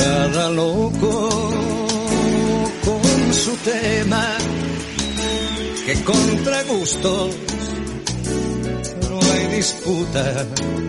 Cada loco con su tema, que contra gustos no hay disputa.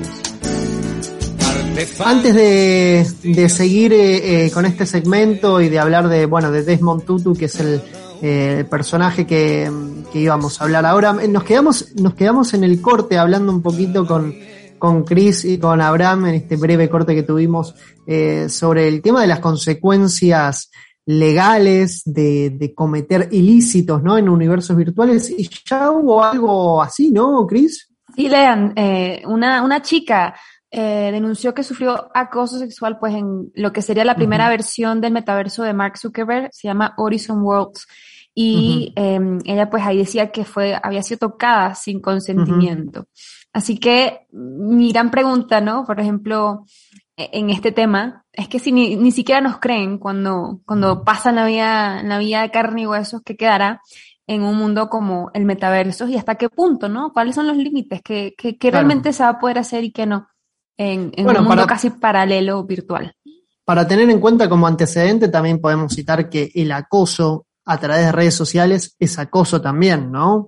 Antes de seguir con este segmento y de hablar de Desmond Tutu, que es el personaje que íbamos a hablar ahora, nos quedamos en el corte hablando un poquito con Chris y con Abraham en este breve corte que tuvimos sobre el tema de las consecuencias legales de cometer ilícitos, ¿no? En universos virtuales, y ya hubo algo así, ¿no, Chris? Sí, Lean, una chica denunció que sufrió acoso sexual pues en lo que sería la primera versión del metaverso de Mark Zuckerberg, se llama Horizon Worlds, y ella pues ahí decía que había sido tocada sin consentimiento. Así que mi gran pregunta, ¿no? Por ejemplo, en este tema, es que si ni siquiera nos creen cuando pasan la vida de carne y huesos, ¿qué quedará en un mundo como el metaverso? ¿Y hasta qué punto, no? ¿Cuáles son los límites? ¿Qué claro, realmente se va a poder hacer y qué no? En un mundo casi paralelo virtual. Para tener en cuenta como antecedente, también podemos citar que el acoso a través de redes sociales es acoso también, ¿no?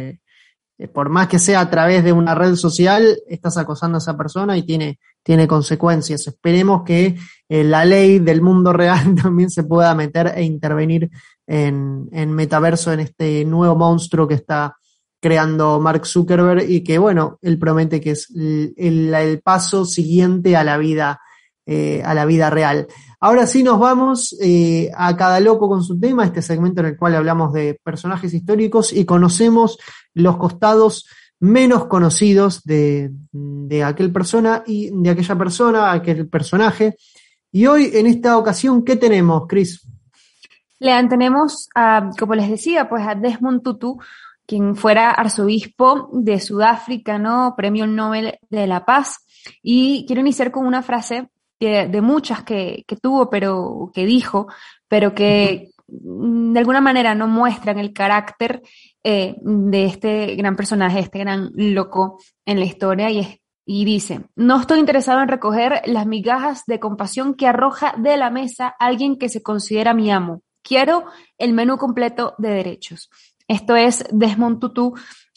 Por más que sea a través de una red social, estás acosando a esa persona y tiene consecuencias. Esperemos que la ley del mundo real también se pueda meter e intervenir en metaverso, en este nuevo monstruo que está creando Mark Zuckerberg y que, bueno, él promete que es el paso siguiente a la vida real. Ahora sí nos vamos a Cada Loco con su tema, este segmento en el cual hablamos de personajes históricos y conocemos los costados menos conocidos de aquella persona, aquel personaje. Y hoy, en esta ocasión, ¿qué tenemos, Chris? Lean, tenemos, como les decía, pues a Desmond Tutu, quien fuera arzobispo de Sudáfrica, ¿no? Premio Nobel de la Paz. Y quiero iniciar con una frase de muchas que tuvo, pero que dijo, pero que de alguna manera no muestran el carácter de este gran personaje, este gran loco en la historia, y dice: no estoy interesado en recoger las migajas de compasión que arroja de la mesa alguien que se considera mi amo. Quiero el menú completo de derechos. Esto es Desmond Tutu,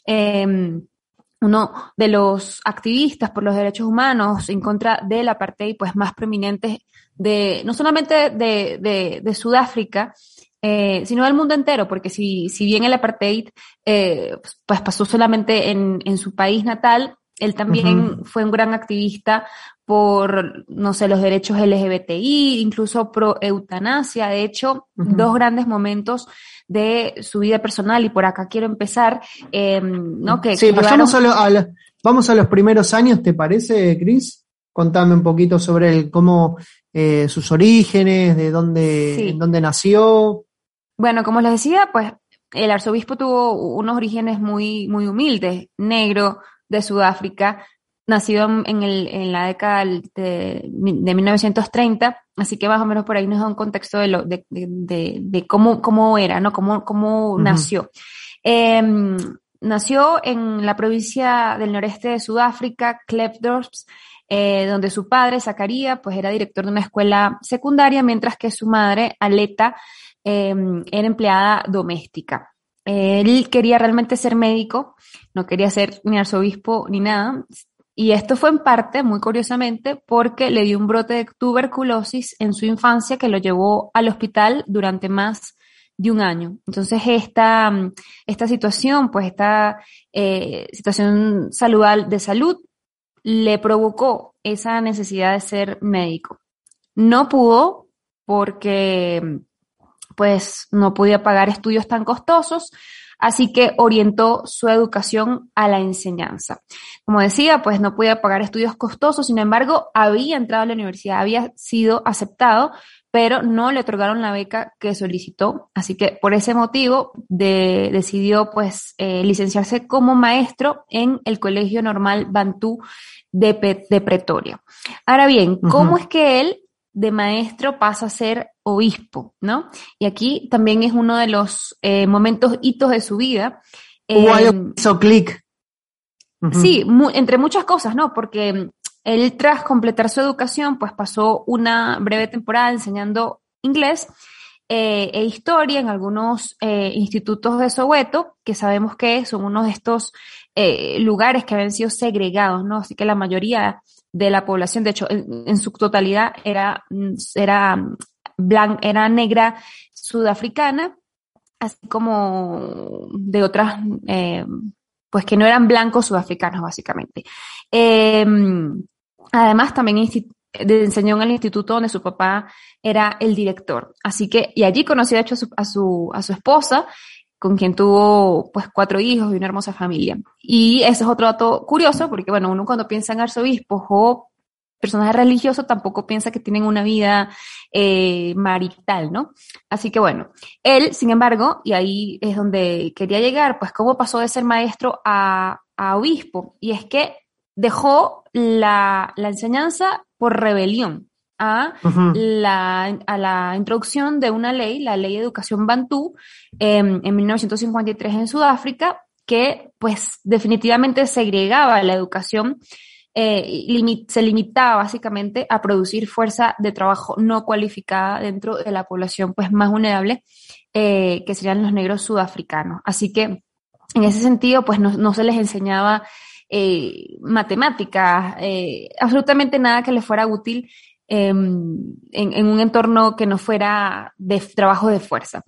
uno de los activistas por los derechos humanos en contra del apartheid, pues más prominentes no solamente de Sudáfrica, sino del mundo entero, porque si bien el apartheid pues pasó solamente en su país natal, él también fue un gran activista por, no sé, los derechos LGBTI, incluso pro eutanasia. De hecho, dos grandes momentos de su vida personal, y por acá quiero empezar, ¿no? Sí, vamos a los primeros años, ¿te parece, Chris? Contame un poquito sobre cómo sus orígenes, en dónde nació. Bueno, como les decía, pues el arzobispo tuvo unos orígenes muy, muy humildes, negro, de Sudáfrica, nacido en la década de 1930, así que más o menos por ahí nos da un contexto de cómo era, ¿no? Cómo nació. Nació en la provincia del noreste de Sudáfrica, Klerksdorp, donde su padre, Zacarías, pues era director de una escuela secundaria, mientras que su madre, Aleta, era empleada doméstica. Él quería realmente ser médico, no quería ser ni arzobispo ni nada, y esto fue en parte, muy curiosamente, porque le dio un brote de tuberculosis en su infancia que lo llevó al hospital durante más de un año. Entonces esta situación, pues esta situación de salud, le provocó esa necesidad de ser médico. No pudo porque pues no podía pagar estudios tan costosos, así que orientó su educación a la enseñanza. Como decía, pues no podía pagar estudios costosos, sin embargo, había entrado a la universidad, había sido aceptado, pero no le otorgaron la beca que solicitó, así que por ese motivo decidió pues licenciarse como maestro en el Colegio Normal Bantú de Pretoria. Ahora bien, ¿cómo es que él de maestro pasa a ser obispo, ¿no? Y aquí también es uno de los hitos de su vida. Hubo algo que hizo clic. Sí, entre muchas cosas, ¿no? Porque Él, tras completar su educación, pues pasó una breve temporada enseñando inglés e historia en algunos institutos de Soweto, que sabemos que son uno de estos lugares que habían sido segregados, ¿no? Así que la mayoría de la población, de hecho, en su totalidad era negra sudafricana, así como de otras, pues que no eran blancos sudafricanos, básicamente. Además, también enseñó en el instituto donde su papá era el director. Así que, y allí conoció de hecho a su esposa, con quien tuvo pues 4 hijos y una hermosa familia. Y ese es otro dato curioso, porque bueno, uno cuando piensa en arzobispos o personajes religiosos tampoco piensa que tienen una vida marital, ¿no? Así que bueno, él, sin embargo, y ahí es donde quería llegar, pues cómo pasó de ser maestro a obispo. Y es que dejó la enseñanza por rebelión a la introducción de una ley, la Ley de Educación Bantú, en 1953 en Sudáfrica, que pues definitivamente segregaba la educación, se limitaba básicamente a producir fuerza de trabajo no cualificada dentro de la población pues más vulnerable, que serían los negros sudafricanos. Así que en ese sentido pues no se les enseñaba matemáticas, absolutamente nada que les fuera útil en un entorno que no fuera de trabajo de fuerza.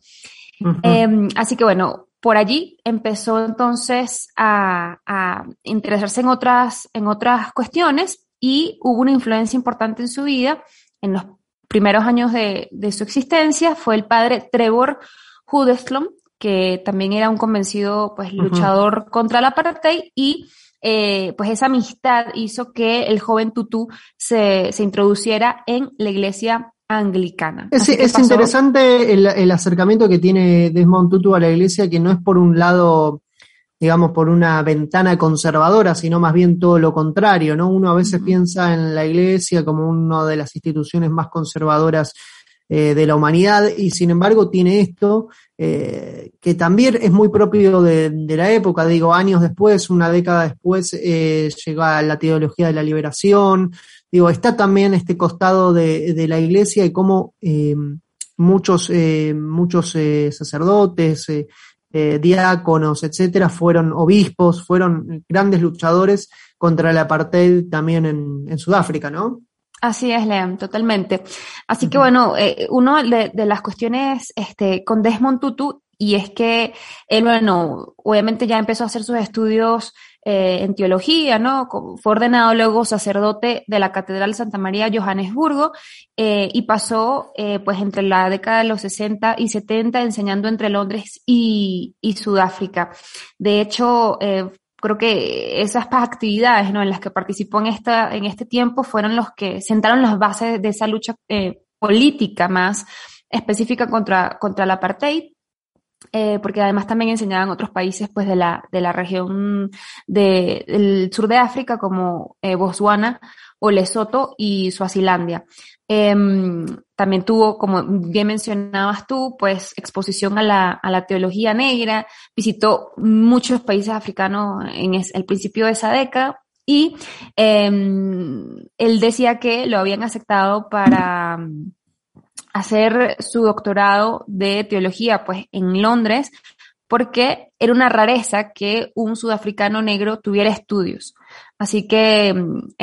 Así que bueno, por allí empezó entonces a interesarse en otras cuestiones y hubo una influencia importante en su vida. En los primeros años de su existencia fue el padre Trevor Huddleston, que también era un convencido pues luchador contra el apartheid, y pues esa amistad hizo que el joven Tutu se introduciera en la iglesia anglicana. Es interesante el acercamiento que tiene Desmond Tutu a la iglesia, que no es por un lado, digamos, por una ventana conservadora, sino más bien todo lo contrario, ¿no? Uno a veces piensa en la iglesia como una de las instituciones más conservadoras de la humanidad, y sin embargo tiene esto, que también es muy propio de la época, digo, años después, una década después, llega la teología de la liberación. Digo, está también este costado de la iglesia y cómo muchos sacerdotes, diáconos, etcétera, fueron obispos, fueron grandes luchadores contra el apartheid también en Sudáfrica, ¿no? Así es, Lean, totalmente. Así que bueno, uno de las cuestiones con Desmond Tutu, y es que él, bueno, obviamente ya empezó a hacer sus estudios en teología, ¿no? Fue ordenado luego sacerdote de la Catedral de Santa María de Johannesburgo, y pasó pues entre la década de los 60 y 70 enseñando entre Londres y Sudáfrica. De hecho, creo que esas actividades, ¿no?, en las que participó en este tiempo fueron los que sentaron las bases de esa lucha política más específica contra el apartheid. Porque además también enseñaban otros países pues de la región del sur de África, como Botswana o Lesoto y Suazilandia. También tuvo, como bien mencionabas tú, pues exposición a la teología negra, visitó muchos países africanos en el principio de esa década, y él decía que lo habían aceptado para hacer su doctorado de teología pues en Londres, porque era una rareza que un sudafricano negro tuviera estudios. Así que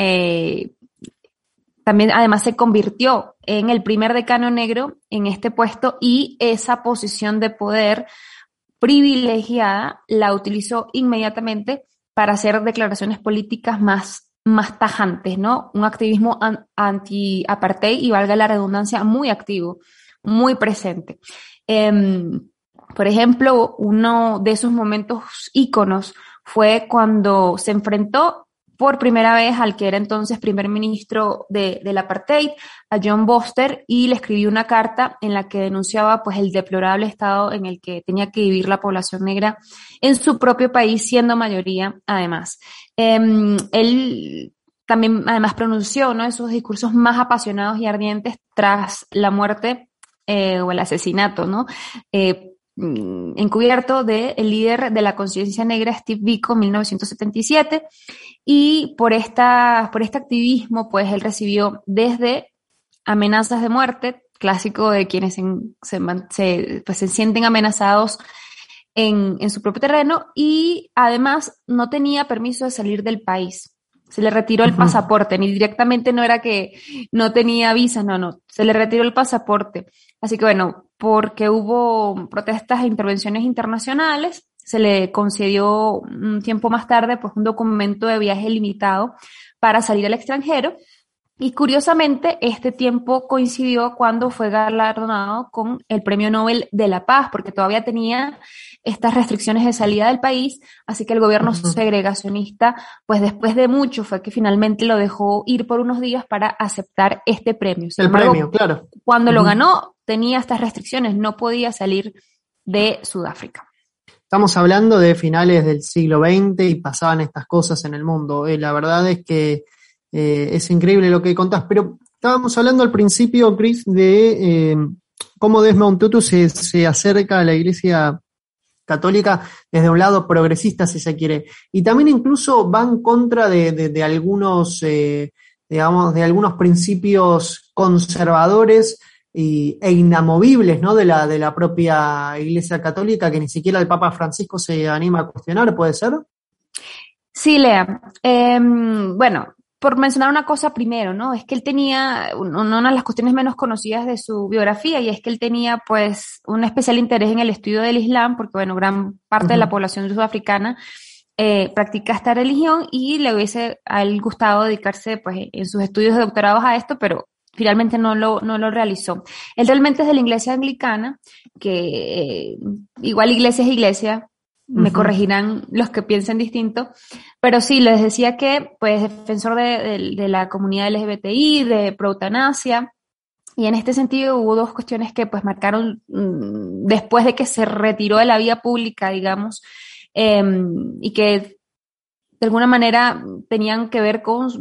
también además se convirtió en el primer decano negro en este puesto, y esa posición de poder privilegiada la utilizó inmediatamente para hacer declaraciones políticas más tajantes, ¿no? Un activismo anti-apartheid, y valga la redundancia, muy activo, muy presente. Por ejemplo, uno de esos momentos íconos fue cuando se enfrentó por primera vez al que era entonces primer ministro del apartheid, a John Vorster, y le escribió una carta en la que denunciaba pues el deplorable estado en el que tenía que vivir la población negra en su propio país, siendo mayoría además. Él también además pronunció uno de sus discursos más apasionados y ardientes tras la muerte o el asesinato, ¿no?, encubierto del líder de la conciencia negra Steve Biko en 1977, y por este activismo, pues él recibió desde amenazas de muerte, clásico de quienes se sienten amenazados en su propio terreno, y además no tenía permiso de salir del país. Se le retiró el pasaporte, ni directamente no era que no tenía visa, no, se le retiró el pasaporte. Así que bueno, porque hubo protestas e intervenciones internacionales, se le concedió un tiempo más tarde pues un documento de viaje limitado para salir al extranjero. Y curiosamente, este tiempo coincidió cuando fue galardonado con el Premio Nobel de la Paz, porque todavía tenía estas restricciones de salida del país, así que el gobierno segregacionista, pues después de mucho, fue que finalmente lo dejó ir por unos días para aceptar este premio. Sin embargo, premio, claro. Cuando lo ganó, tenía estas restricciones, no podía salir de Sudáfrica. Estamos hablando de finales del siglo XX y pasaban estas cosas en el mundo. La verdad es que es increíble lo que contás, pero estábamos hablando al principio, Chris, de cómo Desmond Tutu se acerca a la Iglesia Católica desde un lado progresista, si se quiere, y también incluso va en contra de algunos, digamos, de algunos principios conservadores e inamovibles, ¿no? de la propia Iglesia Católica, que ni siquiera el Papa Francisco se anima a cuestionar, ¿puede ser? Sí, Lea. Bueno, por mencionar una cosa primero, ¿no? Es que él tenía una de las cuestiones menos conocidas de su biografía, y es que él tenía, pues, un especial interés en el estudio del Islam, porque, bueno, gran parte de la población sudafricana practica esta religión, y le hubiese a él gustado dedicarse, pues, en sus estudios de doctorados a esto, pero finalmente no lo realizó. Él realmente es de la Iglesia Anglicana, que igual iglesia es iglesia, me corregirán los que piensen distinto, pero sí, les decía que, pues, defensor de la comunidad LGBTI, de pro-eutanasia, y en este sentido hubo dos cuestiones que, pues, marcaron después de que se retiró de la vida pública, digamos, y que de alguna manera tenían que ver con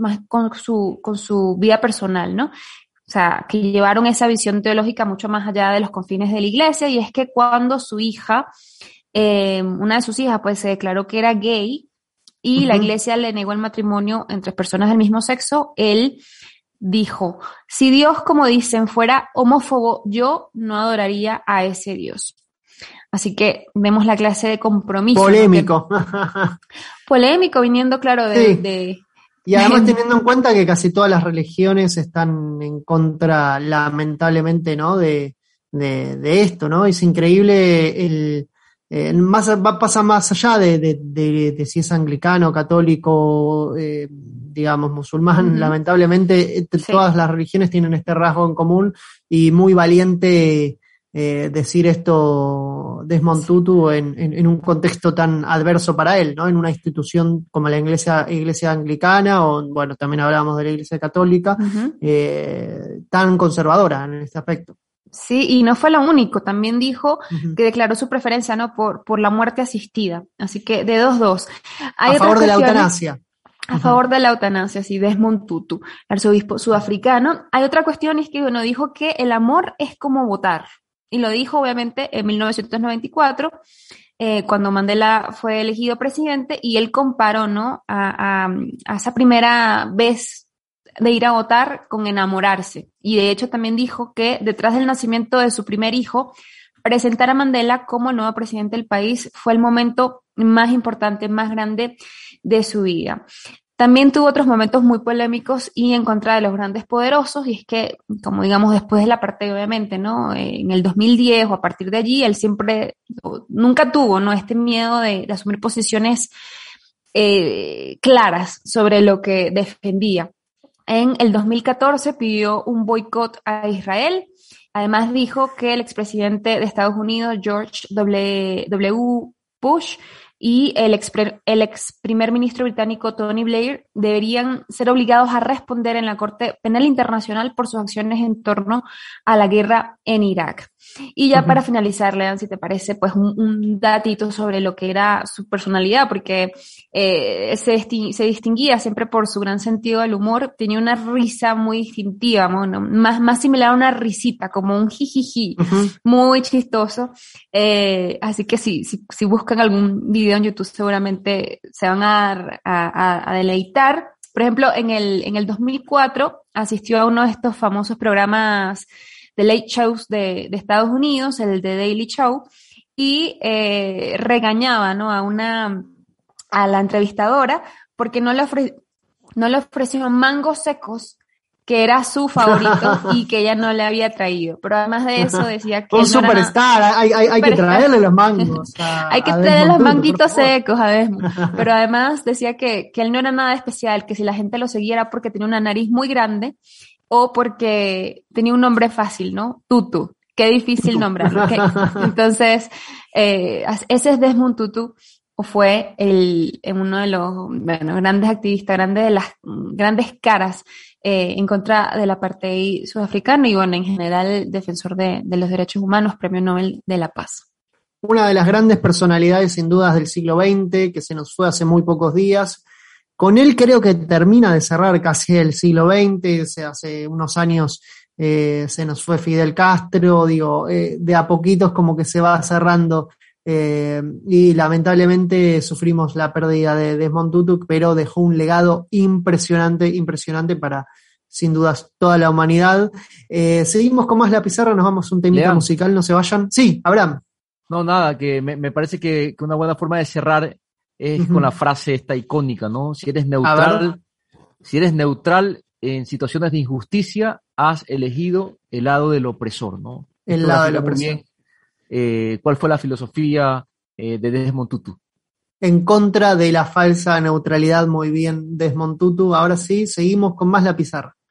su vida personal, ¿no? O sea, que llevaron esa visión teológica mucho más allá de los confines de la iglesia, y es que cuando su hija, una de sus hijas, pues se declaró que era gay y la iglesia le negó el matrimonio entre personas del mismo sexo, él dijo: si Dios, como dicen, fuera homófobo, yo no adoraría a ese Dios. Así que vemos la clase de compromiso. Polémico. ¿No? Polémico, viniendo, claro, de y además teniendo en cuenta que casi todas las religiones están en contra, lamentablemente, ¿no? de esto, ¿no? Es increíble pasa más allá de si es anglicano, católico, digamos, musulmán. Lamentablemente todas las religiones tienen este rasgo en común, y muy valiente decir esto Desmond Tutu en un contexto tan adverso para él, ¿no? En una institución como la iglesia anglicana, o bueno, también hablábamos de la Iglesia Católica, tan conservadora en este aspecto. Sí, y no fue lo único, también dijo que declaró su preferencia, ¿no? por la muerte asistida, así que de 2-2. A favor de la eutanasia. A favor de la eutanasia, sí, Desmond Tutu, arzobispo sudafricano. Hay otra cuestión, es que, bueno, dijo que el amor es como votar, y lo dijo obviamente en 1994, cuando Mandela fue elegido presidente, y él comparó, ¿no? a esa primera vez de ir a votar con enamorarse. Y de hecho también dijo que detrás del nacimiento de su primer hijo, presentar a Mandela como el nuevo presidente del país fue el momento más importante, más grande de su vida. También tuvo otros momentos muy polémicos y en contra de los grandes poderosos, y es que, como digamos, después de la parte, obviamente, ¿no? En el 2010 o a partir de allí, él nunca tuvo, ¿no? Este miedo de asumir posiciones claras sobre lo que defendía. En el 2014 pidió un boicot a Israel. Además dijo que el expresidente de Estados Unidos, George W. Bush, y el ex primer ministro británico Tony Blair deberían ser obligados a responder en la Corte Penal Internacional por sus acciones en torno a la guerra en Irak. Y ya para finalizar, Lean, si te parece, pues un datito sobre lo que era su personalidad, porque se distinguía siempre por su gran sentido del humor, tenía una risa muy distintiva, bueno, más similar a una risita, como un jijiji, muy chistoso. Así que si buscan algún video en YouTube, seguramente se van a deleitar. Por ejemplo, en el 2004 asistió a uno de estos famosos programas de late shows de Estados Unidos, el The Daily Show, y regañaba, ¿no?, a la entrevistadora porque no le ofrecieron mangos secos, que era su favorito y que ella no le había traído. Pero además de eso decía que un superstar, hay que traerle los mangos. Hay que traerle los manguitos secos a Desmond. Pero además decía que él no era nada especial, que si la gente lo seguía era porque tenía una nariz muy grande o porque tenía un nombre fácil, ¿no? Tutu. Qué difícil nombrarlo. Entonces, ese es Desmond Tutu. O fue uno de los grandes activistas, grandes caras en contra del apartheid sudafricano y en general defensor de los derechos humanos, Premio Nobel de la Paz. Una de las grandes personalidades sin dudas del siglo XX, que se nos fue hace muy pocos días. Con él creo que termina de cerrar casi el siglo XX, hace unos años se nos fue Fidel Castro, de a poquitos como que se va cerrando. Y lamentablemente sufrimos la pérdida de Desmond Tutu, pero dejó un legado impresionante para, sin dudas, toda la humanidad. Seguimos con más La Pizarra, nos vamos a un temita musical, no se vayan. Sí, Abraham. No, nada, que me parece que una buena forma de cerrar es con la frase esta icónica, ¿no? Si eres neutral en situaciones de injusticia, has elegido el lado del opresor, ¿no? El lado del opresor. ¿Cuál fue la filosofía de Desmond Tutu? En contra de la falsa neutralidad, muy bien, Desmond Tutu. Ahora sí, seguimos con más La Pizarra.